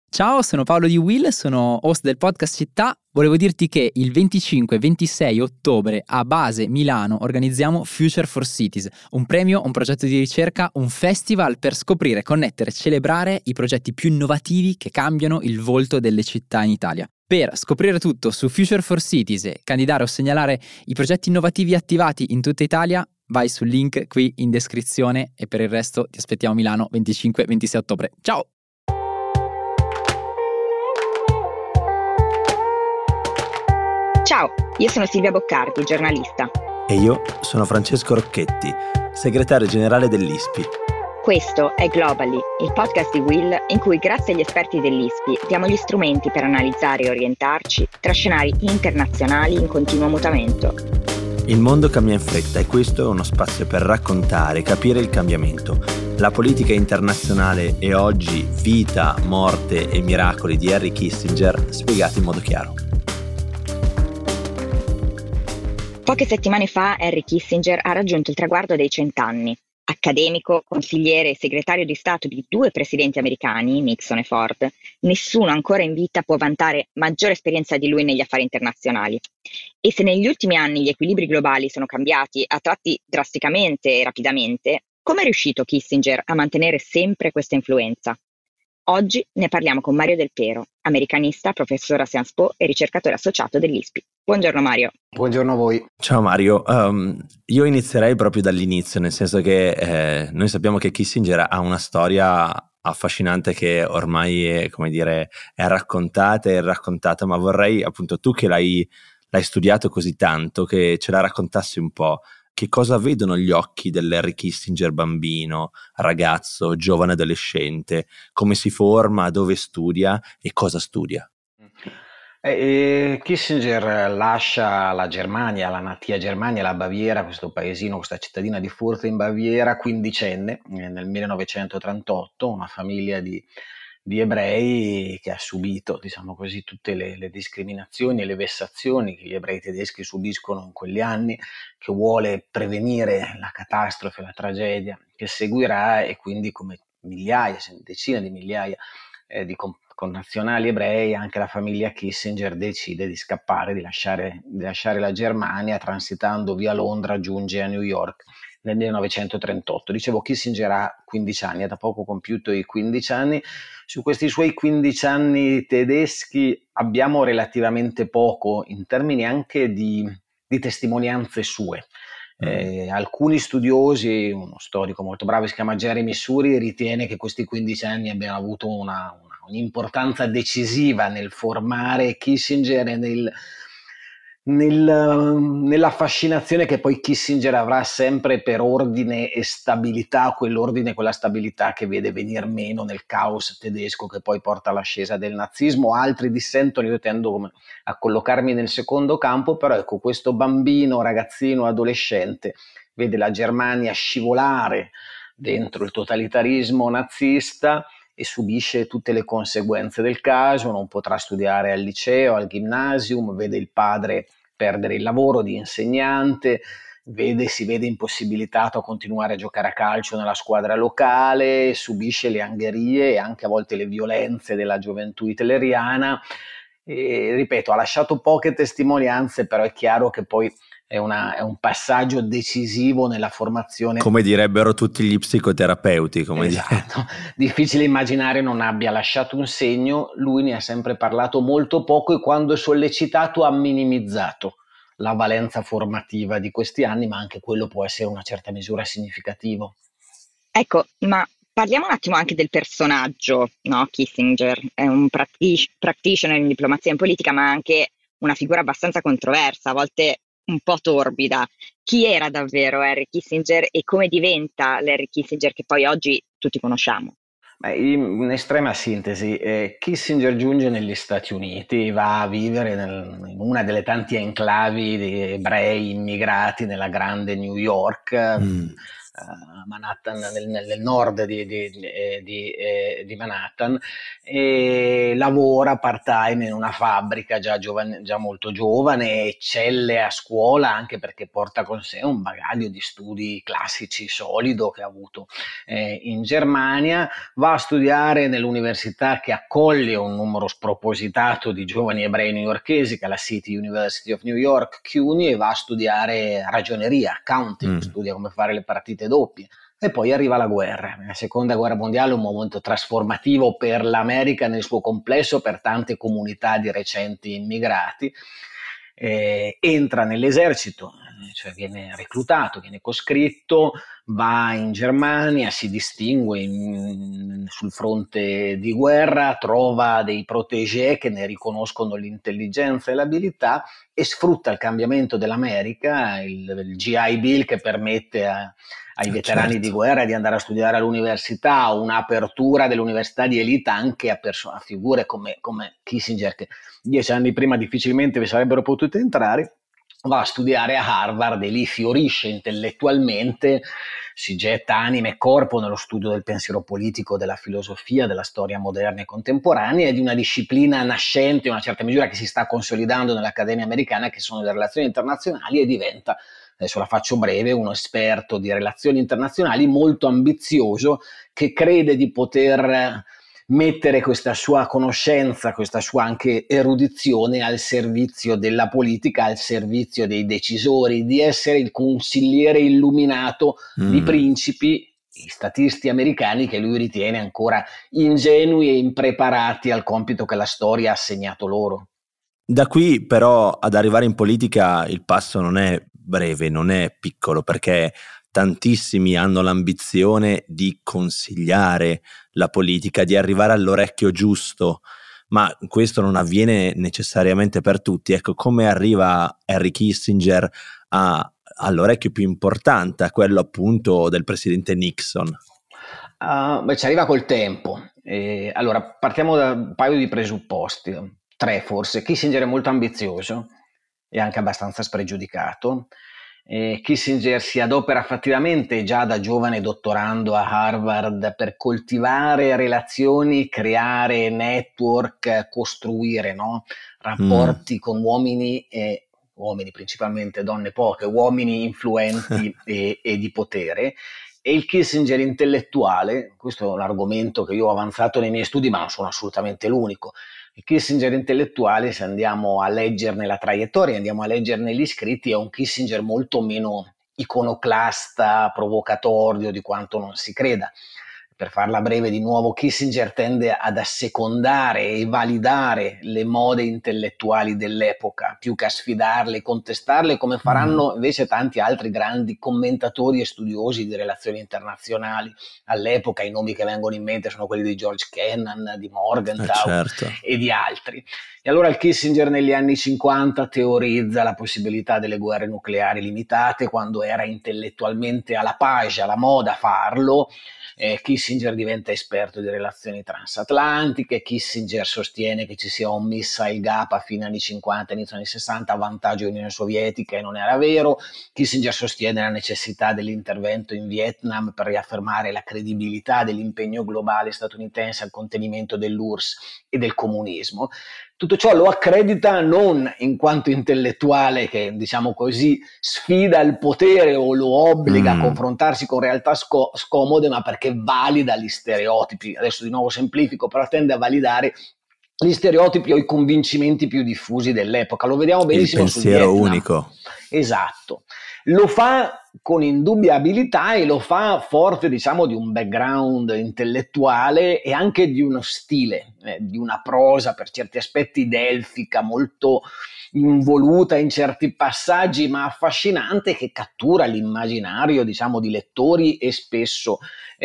Ciao, sono Paolo di Will, sono host del podcast Città. Volevo dirti che il 25 e 26 ottobre a Base Milano organizziamo Future for Cities, un premio, un progetto di ricerca, un festival per scoprire, connettere e celebrare i progetti più innovativi che cambiano il volto delle città in Italia. Per scoprire tutto su Future for Cities e candidare o segnalare i progetti innovativi attivati in tutta Italia, vai sul link qui in descrizione e per il resto ti aspettiamo a Milano 25 e 26 ottobre. Ciao! Ciao, io sono Silvia Boccardi, giornalista. E io sono Francesco Rocchetti, segretario generale dell'ISPI. Questo è Globally, il podcast di Will in cui grazie agli esperti dell'ISPI diamo gli strumenti per analizzare e orientarci tra scenari internazionali in continuo mutamento. Il mondo cambia in fretta e questo è uno spazio per raccontare e capire il cambiamento. La politica internazionale e oggi vita, morte e miracoli di Henry Kissinger spiegati in modo chiaro. Poche settimane fa Henry Kissinger ha raggiunto il traguardo dei 100 anni. Accademico, consigliere e segretario di Stato di 2 presidenti americani, Nixon e Ford, nessuno ancora in vita può vantare maggiore esperienza di lui negli affari internazionali. E se negli ultimi anni gli equilibri globali sono cambiati a tratti drasticamente e rapidamente, come è riuscito Kissinger a mantenere sempre questa influenza? Oggi ne parliamo con Mario Del Pero, americanista, professore a Sciences Po e ricercatore associato dell'ISPI. Buongiorno Mario. Buongiorno a voi. Ciao Mario, io inizierei proprio dall'inizio, nel senso che noi sappiamo che Kissinger ha una storia affascinante che ormai è, come dire, è raccontata, ma vorrei appunto tu che l'hai studiato così tanto, che ce la raccontassi un po'. Che cosa vedono gli occhi dell'Henry Kissinger bambino, ragazzo, giovane adolescente, come si forma, dove studia e cosa studia? Kissinger lascia la Germania, la natia Germania, la Baviera, questo paesino, questa cittadina di Furth in Baviera, quindicenne, nel 1938, una famiglia di ebrei che ha subito, diciamo così, tutte le discriminazioni e le vessazioni che gli ebrei tedeschi subiscono in quegli anni, che vuole prevenire la catastrofe, la tragedia che seguirà, e quindi come migliaia, decine di migliaia di connazionali ebrei, anche la famiglia Kissinger decide di scappare, di lasciare la Germania, transitando via Londra, giunge a New York nel 1938. Dicevo, Kissinger ha 15 anni, ha da poco compiuto i 15 anni. Su questi suoi 15 anni tedeschi abbiamo relativamente poco in termini anche di testimonianze sue. Alcuni studiosi, uno storico molto bravo si chiama Jeremy Suri, ritiene che questi 15 anni abbiano avuto un'importanza decisiva nel formare Kissinger e nella fascinazione che poi Kissinger avrà sempre per ordine e stabilità, quell'ordine, quella stabilità che vede venir meno nel caos tedesco che poi porta all'ascesa del nazismo. Altri dissentono, io tendo a collocarmi nel secondo campo, però ecco, questo bambino, ragazzino, adolescente vede la Germania scivolare dentro il totalitarismo nazista e subisce tutte le conseguenze del caso, non potrà studiare al liceo, al gymnasium, vede il padre perdere il lavoro di insegnante, si vede impossibilitato a continuare a giocare a calcio nella squadra locale, subisce le angherie e anche a volte le violenze della gioventù hitleriana. E, ripeto, ha lasciato poche testimonianze, però è chiaro che poi è un passaggio decisivo nella formazione. Come direbbero tutti gli psicoterapeuti, Esatto. Difficile immaginare non abbia lasciato un segno. Lui ne ha sempre parlato molto poco e quando è sollecitato ha minimizzato la valenza formativa di questi anni, ma anche quello può essere in una certa misura significativo. Ecco, ma parliamo un attimo anche del personaggio, no? Kissinger è un practitioner in diplomazia e in politica, ma anche una figura abbastanza controversa, a volte un po' torbida. Chi era davvero Henry Kissinger e come diventa l'Henry Kissinger che poi oggi tutti conosciamo? In estrema sintesi, Kissinger giunge negli Stati Uniti, va a vivere in una delle tante enclavi di ebrei immigrati nella grande New York, Manhattan, nel nord di Manhattan, e lavora part-time in una fabbrica già molto giovane, eccelle a scuola anche perché porta con sé un bagaglio di studi classici solido che ha avuto in Germania. Va a studiare nell'università che accoglie un numero spropositato di giovani ebrei newyorkesi, che è la City University of New York, CUNY, e va a studiare ragioneria, accounting, studia come fare le partite doppie. E poi arriva la guerra. La seconda guerra mondiale è un momento trasformativo per l'America nel suo complesso, per tante comunità di recenti immigrati. Entra nell'esercito, cioè viene reclutato, viene coscritto, va in Germania, si distingue sul fronte di guerra, trova dei protégé che ne riconoscono l'intelligenza e l'abilità e sfrutta il cambiamento dell'America, il GI Bill, che permette ai veterani di guerra di andare a studiare all'università, un'apertura dell'università di elite anche a figure come Kissinger, che 10 anni prima difficilmente vi sarebbero potute entrare. Va a studiare a Harvard e lì fiorisce intellettualmente, si getta anima e corpo nello studio del pensiero politico, della filosofia, della storia moderna e contemporanea e di una disciplina nascente in una certa misura che si sta consolidando nell'Accademia americana, che sono le relazioni internazionali, e diventa, adesso la faccio breve, uno esperto di relazioni internazionali molto ambizioso, che crede di poter mettere questa sua conoscenza, questa sua anche erudizione al servizio della politica, al servizio dei decisori, di essere il consigliere illuminato di principi, i statisti americani che lui ritiene ancora ingenui e impreparati al compito che la storia ha assegnato loro. Da qui però ad arrivare in politica il passo non è breve, non è piccolo, perché tantissimi hanno l'ambizione di consigliare la politica, di arrivare all'orecchio giusto, ma questo non avviene necessariamente per tutti. Ecco, come arriva Henry Kissinger all'orecchio più importante, a quello appunto del presidente Nixon? Ci arriva col tempo. Allora, partiamo da un paio di presupposti, 3 forse. Kissinger è molto ambizioso e anche abbastanza spregiudicato. Kissinger si adopera fattivamente già da giovane dottorando a Harvard per coltivare relazioni, creare network, costruire rapporti con uomini principalmente, donne poche, uomini influenti e di potere. E il Kissinger intellettuale, questo è un argomento che io ho avanzato nei miei studi, ma non sono assolutamente l'unico. Il Kissinger intellettuale, se andiamo a leggerne la traiettoria, andiamo a leggerne gli scritti, è un Kissinger molto meno iconoclasta, provocatorio di quanto non si creda. Per farla breve, di nuovo, Kissinger tende ad assecondare e validare le mode intellettuali dell'epoca, più che a sfidarle e contestarle, come faranno invece tanti altri grandi commentatori e studiosi di relazioni internazionali. All'epoca i nomi che vengono in mente sono quelli di George Kennan, di Morgenthau e di altri. E allora il Kissinger negli anni 50 teorizza la possibilità delle guerre nucleari limitate, quando era intellettualmente alla page, alla moda farlo. Kissinger diventa esperto di relazioni transatlantiche. Kissinger sostiene che ci sia un missile gap a fine anni 50, inizio anni 60 a vantaggio dell'Unione Sovietica, e non era vero. Kissinger sostiene la necessità dell'intervento in Vietnam per riaffermare la credibilità dell'impegno globale statunitense al contenimento dell'URSS e del comunismo. Tutto ciò lo accredita non in quanto intellettuale che, diciamo così, sfida il potere o lo obbliga a confrontarsi con realtà scomode, ma perché valida gli stereotipi. Adesso di nuovo semplifico, però tende a validare gli stereotipi o i convincimenti più diffusi dell'epoca. Lo vediamo benissimo sul Vietnam. Il pensiero unico. Esatto. Lo fa con indubbia abilità e lo fa forte, diciamo, di un background intellettuale e anche di uno stile, di una prosa per certi aspetti delfica, molto involuta in certi passaggi, ma affascinante, che cattura l'immaginario, diciamo, di lettori e spesso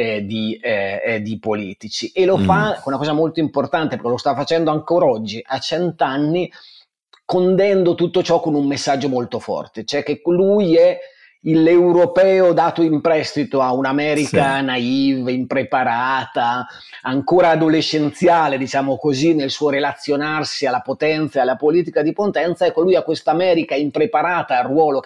di politici. E lo fa con una cosa molto importante, perché lo sta facendo ancora oggi, a 100 anni, condendo tutto ciò con un messaggio molto forte, cioè che lui è l'europeo dato in prestito a un'America naive, impreparata, ancora adolescenziale, diciamo così, nel suo relazionarsi alla potenza e alla politica di potenza. Ecco, lui ha questa America impreparata al ruolo che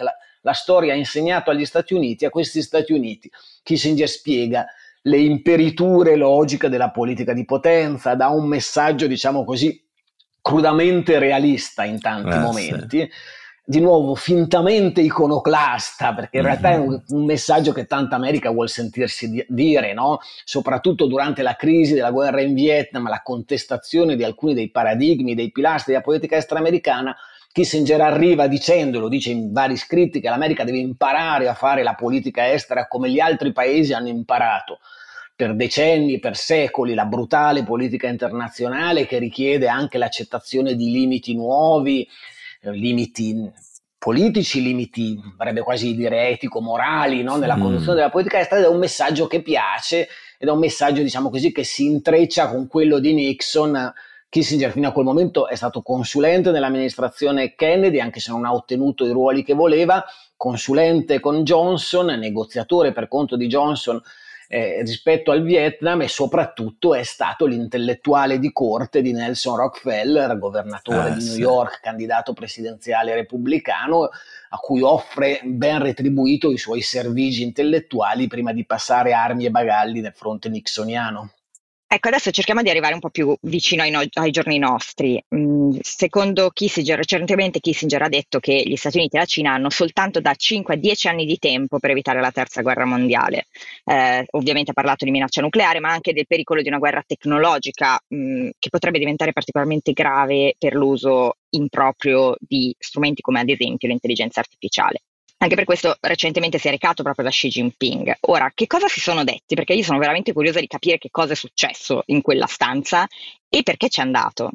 la storia ha insegnato agli Stati Uniti, a questi Stati Uniti Kissinger spiega le imperiture logiche della politica di potenza, dà un messaggio, diciamo così, crudamente realista in tanti momenti, sì. Di nuovo fintamente iconoclasta, perché in realtà è un messaggio che tanta America vuol sentirsi dire, no? Soprattutto durante la crisi della guerra in Vietnam, la contestazione di alcuni dei paradigmi, dei pilastri della politica estera americana. Kissinger arriva dicendo, lo dice in vari scritti, che l'America deve imparare a fare la politica estera come gli altri paesi hanno imparato per decenni, per secoli, la brutale politica internazionale che richiede anche l'accettazione di limiti nuovi, limiti politici, limiti, vorrebbe quasi dire etico-morali, no? Nella conduzione della politica estera, ed è un messaggio che piace, ed è un messaggio, diciamo così, che si intreccia con quello di Nixon. Kissinger fino a quel momento è stato consulente nell'amministrazione Kennedy, anche se non ha ottenuto i ruoli che voleva, consulente con Johnson, negoziatore per conto di Johnson rispetto al Vietnam, e soprattutto è stato l'intellettuale di corte di Nelson Rockefeller, governatore di New York, candidato presidenziale repubblicano, a cui offre ben retribuito i suoi servigi intellettuali prima di passare armi e bagagli nel fronte nixoniano. Ecco, adesso cerchiamo di arrivare un po' più vicino ai giorni nostri. Secondo Kissinger, recentemente Kissinger ha detto che gli Stati Uniti e la Cina hanno soltanto da 5 a 10 anni di tempo per evitare la terza guerra mondiale. Ovviamente ha parlato di minaccia nucleare, ma anche del pericolo di una guerra tecnologica che potrebbe diventare particolarmente grave per l'uso improprio di strumenti come ad esempio l'intelligenza artificiale. Anche per questo recentemente si è recato proprio da Xi Jinping. Ora, che cosa si sono detti? Perché io sono veramente curiosa di capire che cosa è successo in quella stanza e perché c'è andato.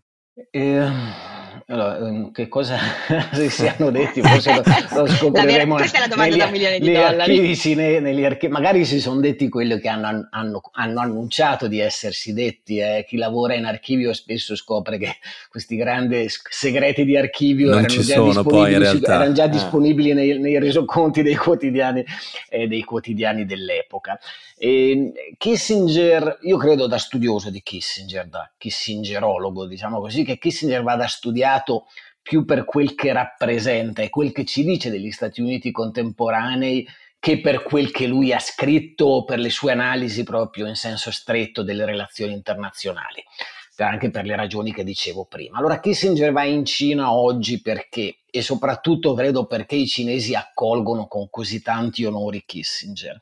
Allora, che cosa si siano detti? Forse lo scopriremo. Questa è la domanda da $1 milione. Negli archivi, magari si sono detti quello che hanno annunciato di essersi detti. Chi lavora in archivio spesso scopre che questi grandi segreti di archivio non erano ci già sono disponibili, poi in realtà. Erano già disponibili nei resoconti dei quotidiani dell'epoca. Kissinger, io credo, da studioso di Kissinger, da kissingerologo, diciamo così, che Kissinger vada studiato più per quel che rappresenta e quel che ci dice degli Stati Uniti contemporanei che per quel che lui ha scritto o per le sue analisi proprio in senso stretto delle relazioni internazionali, anche per le ragioni che dicevo prima. Allora Kissinger va in Cina oggi perché? E soprattutto credo perché i cinesi accolgono con così tanti onori Kissinger.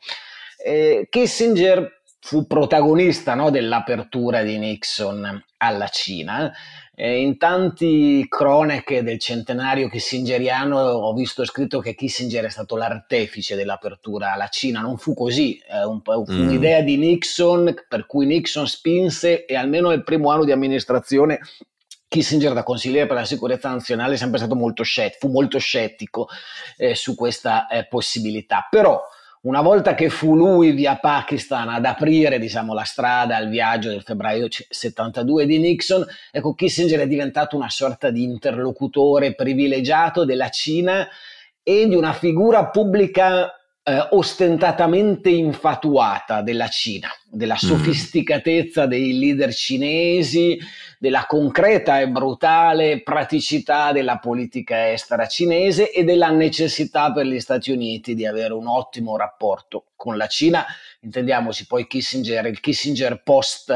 Kissinger fu protagonista, no, dell'apertura di Nixon alla Cina. In tanti cronache del centenario kissingeriano ho visto scritto che Kissinger è stato l'artefice dell'apertura alla Cina. Non fu così, fu un'idea di Nixon, per cui Nixon spinse, e almeno nel primo anno di amministrazione Kissinger, da consigliere per la sicurezza nazionale, è sempre stato fu molto scettico su questa possibilità. Però una volta che fu lui via Pakistan ad aprire, diciamo, la strada al viaggio del febbraio 72 di Nixon, ecco, Kissinger è diventato una sorta di interlocutore privilegiato della Cina e di una figura pubblica ostentatamente infatuata della Cina, della sofisticatezza dei leader cinesi, della concreta e brutale praticità della politica estera cinese e della necessità per gli Stati Uniti di avere un ottimo rapporto con la Cina. Intendiamoci, poi il Kissinger post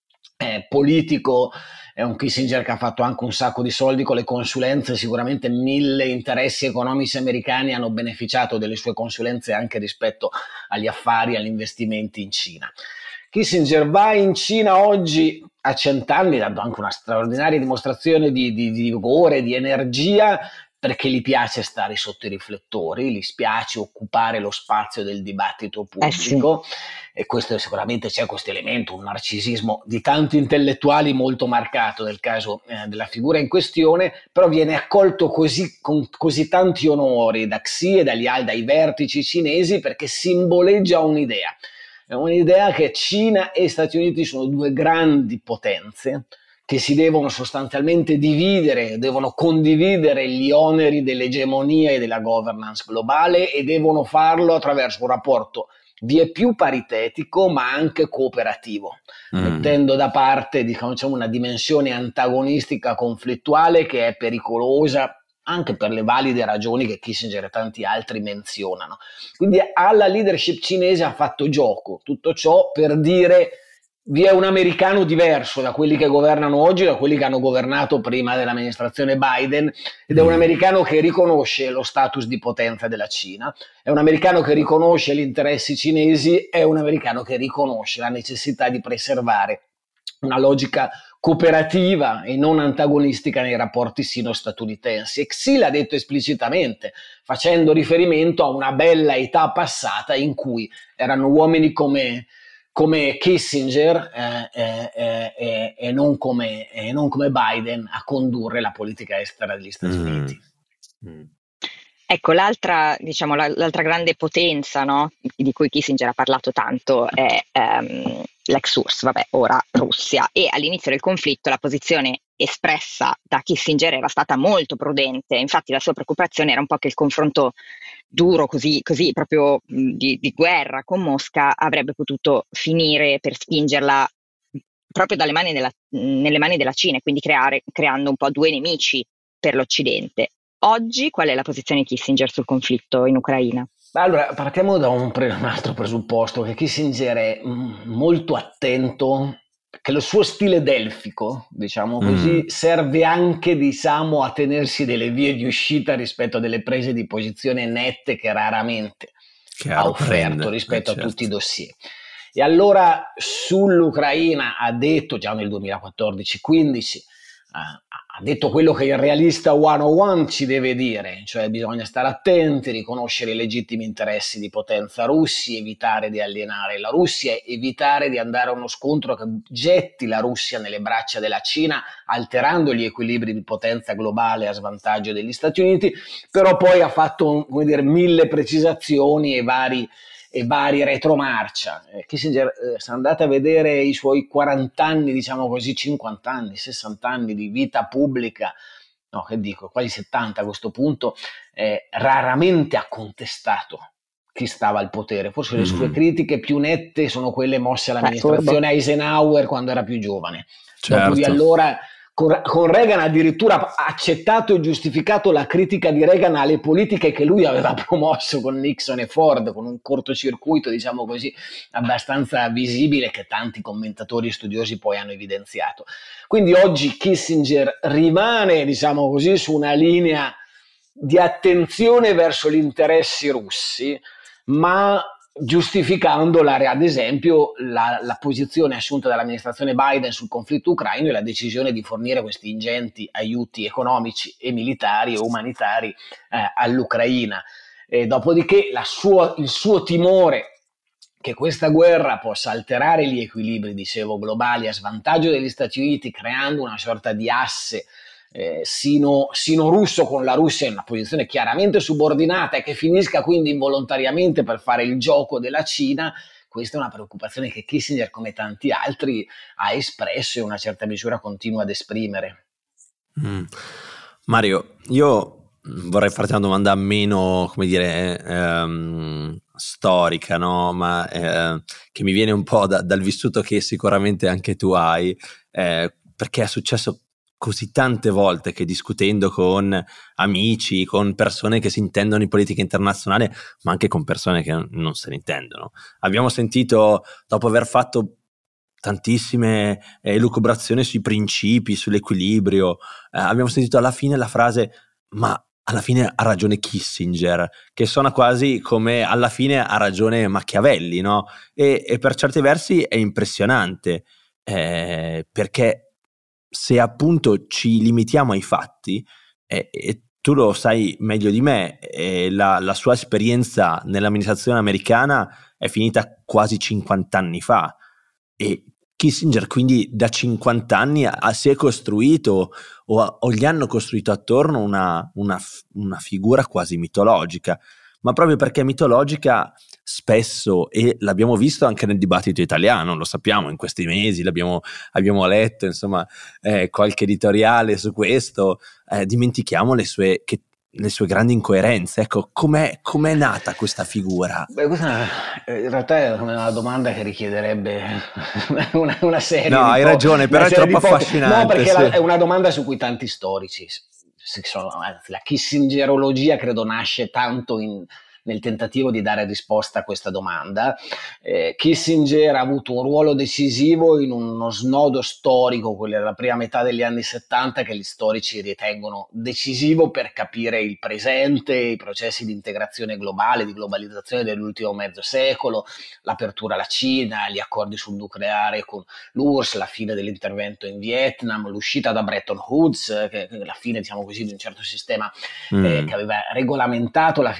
politico è un Kissinger che ha fatto anche un sacco di soldi con le consulenze. Sicuramente 1000 interessi economici americani hanno beneficiato delle sue consulenze anche rispetto agli affari e agli investimenti in Cina. Kissinger va in Cina oggi a 100 anni, dando anche una straordinaria dimostrazione di vigore, di energia, perché gli piace stare sotto i riflettori, gli spiace occupare lo spazio del dibattito pubblico, e questo sicuramente c'è questo elemento, un narcisismo di tanti intellettuali molto marcato nel caso della figura in questione, però viene accolto con così tanti onori da Xi e dai vertici cinesi, perché simboleggia un'idea. È un'idea che Cina e Stati Uniti sono due grandi potenze che si devono sostanzialmente devono condividere gli oneri dell'egemonia e della governance globale, e devono farlo attraverso un rapporto vieppiù paritetico ma anche cooperativo, mettendo da parte, diciamo, una dimensione antagonistica conflittuale che è pericolosa anche per le valide ragioni che Kissinger e tanti altri menzionano. Quindi alla leadership cinese ha fatto gioco tutto ciò per dire: vi è un americano diverso da quelli che governano oggi, da quelli che hanno governato prima dell'amministrazione Biden, ed è un americano che riconosce lo status di potenza della Cina, è un americano che riconosce gli interessi cinesi, è un americano che riconosce la necessità di preservare una logica cooperativa e non antagonistica nei rapporti sino-statunitensi. E Xi l'ha detto esplicitamente, facendo riferimento a una bella età passata in cui erano uomini come Kissinger e non come Biden a condurre la politica estera degli Stati Uniti. Ecco, l'altra grande potenza, no, di cui Kissinger ha parlato tanto è l'ex-URSS, ora Russia, e all'inizio del conflitto la posizione espressa da Kissinger era stata molto prudente. Infatti la sua preoccupazione era un po' che il confronto duro, così proprio di guerra con Mosca, avrebbe potuto finire per spingerla proprio nelle mani della Cina, e quindi creando un po' due nemici per l'Occidente. Oggi qual è la posizione di Kissinger sul conflitto in Ucraina? Allora, partiamo da un altro presupposto, che Kissinger è molto attento, che lo suo stile delfico, diciamo così, serve anche, diciamo, a tenersi delle vie di uscita rispetto a delle prese di posizione nette che raramente ha offerto rispetto a tutti i dossier. E allora sull'Ucraina ha detto già nel 2014-15, ha detto quello che il realista 101 ci deve dire, cioè bisogna stare attenti, riconoscere i legittimi interessi di potenza russi, evitare di alienare la Russia, evitare di andare a uno scontro che getti la Russia nelle braccia della Cina, alterando gli equilibri di potenza globale a svantaggio degli Stati Uniti. Però poi ha fatto, 1000 precisazioni e vari retromarcia. Kissinger, se andate a vedere i suoi 40 anni, diciamo così, 50 anni, 60 anni di vita pubblica, quasi 70 a questo punto, raramente ha contestato chi stava al potere. Forse le sue critiche più nette sono quelle mosse all'amministrazione Eisenhower quando era più giovane. Certo. Dopo di allora, con Reagan addirittura ha accettato e giustificato la critica di Reagan alle politiche che lui aveva promosso con Nixon e Ford, con un cortocircuito, diciamo così, abbastanza visibile, che tanti commentatori e studiosi poi hanno evidenziato. Quindi oggi Kissinger rimane, diciamo così, su una linea di attenzione verso gli interessi russi, ma giustificando ad esempio la posizione assunta dall'amministrazione Biden sul conflitto ucraino e la decisione di fornire questi ingenti aiuti economici e militari e umanitari all'Ucraina. Dopodiché il suo timore che questa guerra possa alterare gli equilibri, dicevo, globali a svantaggio degli Stati Uniti, creando una sorta di asse sino-russo con la Russia in una posizione chiaramente subordinata e che finisca quindi involontariamente per fare il gioco della Cina. Questa è una preoccupazione che Kissinger, come tanti altri, ha espresso e in una certa misura continua ad esprimere. Mario, io vorrei farti una domanda meno, storica, no? Ma che mi viene un po' dal vissuto che sicuramente anche tu hai, perché è successo così tante volte che discutendo con amici, con persone che si intendono in politica internazionale, ma anche con persone che non se ne intendono. Abbiamo sentito, dopo aver fatto tantissime elucubrazioni sui principi, sull'equilibrio, abbiamo sentito alla fine la frase: ma alla fine ha ragione Kissinger, che suona quasi come alla fine ha ragione Machiavelli, no? E per certi versi è impressionante, perché se appunto ci limitiamo ai fatti, e tu lo sai meglio di me, la sua esperienza nell'amministrazione americana è finita quasi 50 anni fa, e Kissinger quindi da 50 anni si è costruito o gli hanno costruito attorno una figura quasi mitologica, ma proprio perché mitologica spesso, e l'abbiamo visto anche nel dibattito italiano, lo sappiamo in questi mesi, abbiamo letto insomma qualche editoriale su questo, dimentichiamo le sue grandi incoerenze. Ecco, com'è nata questa figura? Questa in realtà è una domanda che richiederebbe una serie. No, hai ragione, però è troppo affascinante. No, perché è una domanda su cui tanti storici la kissingerologia credo nasce tanto nel tentativo di dare risposta a questa domanda. Kissinger ha avuto un ruolo decisivo in uno snodo storico, quello della prima metà degli anni 70, che gli storici ritengono decisivo per capire il presente, i processi di integrazione globale, di globalizzazione dell'ultimo mezzo secolo, l'apertura alla Cina, gli accordi sul nucleare con l'URSS, la fine dell'intervento in Vietnam, l'uscita da Bretton Woods, che la fine, diciamo così, di un certo sistema che aveva regolamentato la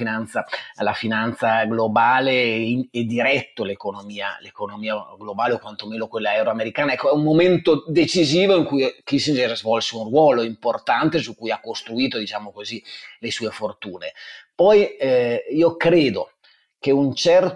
finanza globale e diretto l'economia globale, o quantomeno quella euroamericana. Ecco, è un momento decisivo in cui Kissinger svolse un ruolo importante su cui ha costruito, diciamo così, le sue fortune. Poi io credo che una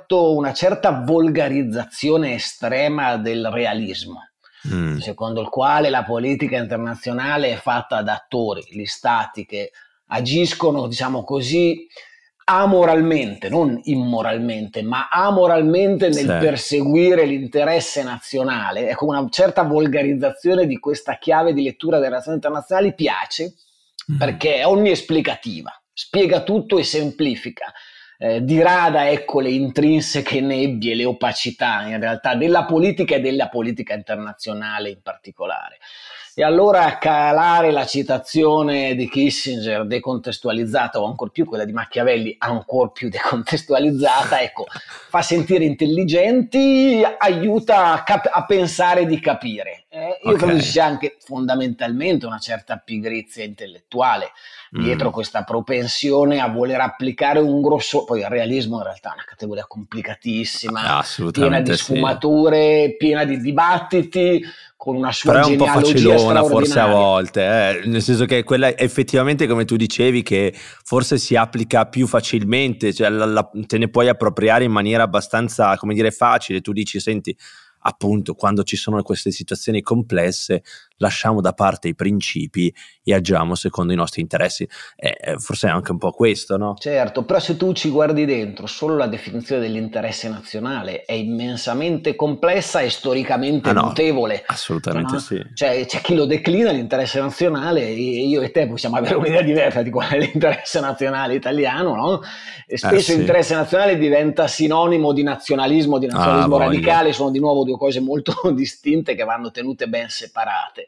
certa volgarizzazione estrema del realismo, secondo il quale la politica internazionale è fatta da attori, gli stati che agiscono, diciamo così, amoralmente, non immoralmente, ma amoralmente nel perseguire l'interesse nazionale. Ecco, una certa volgarizzazione di questa chiave di lettura delle relazioni internazionali piace, perché è onniesplicativa, spiega tutto e semplifica. Dirada, ecco, le intrinseche nebbie, le opacità in realtà della politica e della politica internazionale in particolare. E allora calare la citazione di Kissinger decontestualizzata, o ancor più quella di Machiavelli ancor più decontestualizzata, ecco, fa sentire intelligenti, aiuta a pensare di capire. Io credo ci sia anche fondamentalmente una certa pigrizia intellettuale dietro questa propensione a voler applicare un grosso... Poi il realismo in realtà è una categoria complicatissima, piena di sfumature, piena di dibattiti, con una sua genealogia straordinaria. Forse a volte, nel senso che quella effettivamente, come tu dicevi, che forse si applica più facilmente, cioè te ne puoi appropriare in maniera abbastanza, come dire, facile. Tu dici, senti, appunto, quando ci sono queste situazioni complesse, lasciamo da parte i principi e agiamo secondo i nostri interessi. Forse è anche un po' questo, no? Certo, però se tu ci guardi dentro, solo la definizione dell'interesse nazionale è immensamente complessa e storicamente mutevole. Assolutamente sì. Cioè, c'è chi lo declina l'interesse nazionale, e io e te possiamo avere un'idea diversa di qual è l'interesse nazionale italiano, no? E spesso l'interesse nazionale diventa sinonimo di nazionalismo radicale, sono di nuovo due cose molto distinte che vanno tenute ben separate.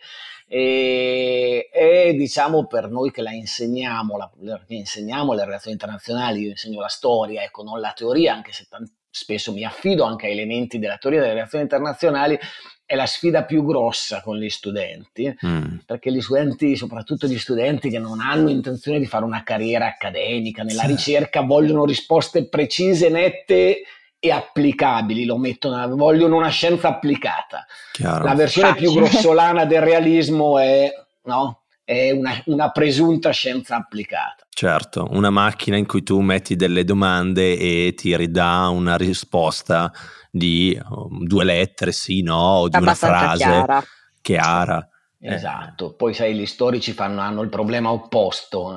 E diciamo, per noi che insegniamo le relazioni internazionali, io insegno la storia, ecco, non la teoria, anche se spesso mi affido anche a elementi della teoria delle relazioni internazionali, è la sfida più grossa con gli studenti, perché gli studenti, soprattutto gli studenti che non hanno intenzione di fare una carriera accademica nella ricerca, vogliono risposte precise, nette e applicabili, vogliono una scienza applicata. Chiaro. La versione più grossolana del realismo è una presunta scienza applicata. Certo, una macchina in cui tu metti delle domande e ti ridà una risposta di 2 lettere, sì, no, o di una frase chiara. Esatto, poi sai, gli storici hanno il problema opposto,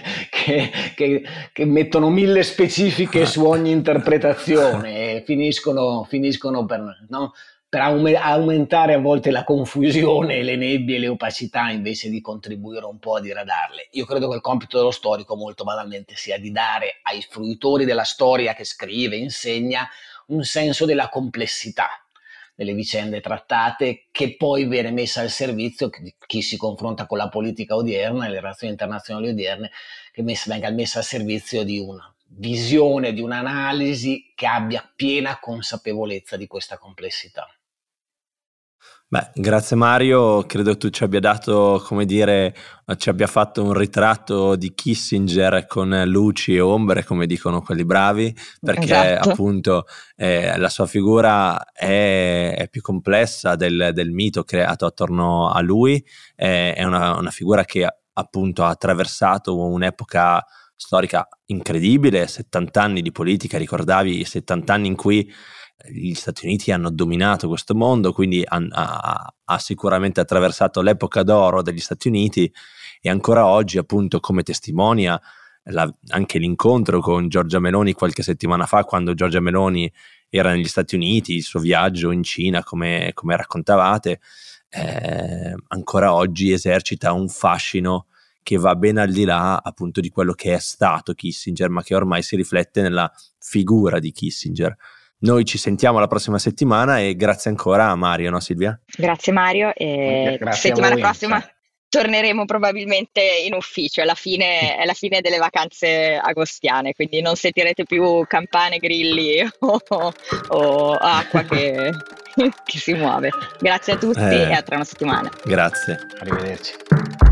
che mettono 1000 specifiche su ogni interpretazione e finiscono per aumentare a volte la confusione, le nebbie e le opacità, invece di contribuire un po' a diradarle. Io credo che il compito dello storico, molto banalmente, sia di dare ai fruitori della storia che scrive, insegna, un senso della complessità delle vicende trattate, che poi viene messa al servizio di chi si confronta con la politica odierna e le relazioni internazionali odierne, che venga messa al servizio di una visione, di un'analisi che abbia piena consapevolezza di questa complessità. Beh, grazie Mario, credo tu ci abbia dato, come dire, ci abbia fatto un ritratto di Kissinger con luci e ombre, come dicono quelli bravi, perché appunto la sua figura è più complessa del mito creato attorno a lui, è una figura che appunto ha attraversato un'epoca storica incredibile, 70 anni di politica, ricordavi i 70 anni in cui gli Stati Uniti hanno dominato questo mondo, quindi ha sicuramente attraversato l'epoca d'oro degli Stati Uniti, e ancora oggi, appunto, come testimonia anche l'incontro con Giorgia Meloni qualche settimana fa, quando Giorgia Meloni era negli Stati Uniti, il suo viaggio in Cina, come raccontavate, ancora oggi esercita un fascino che va ben al di là appunto di quello che è stato Kissinger, ma che ormai si riflette nella figura di Kissinger. Noi ci sentiamo la prossima settimana e grazie ancora a Mario, no Silvia? Grazie Mario, e Grazie a settimana voi, prossima cioè. torneremo probabilmente in ufficio, è la fine delle vacanze agostiane, quindi non sentirete più campane, grilli o acqua che si muove. Grazie a tutti e a tra una settimana. Grazie. Arrivederci.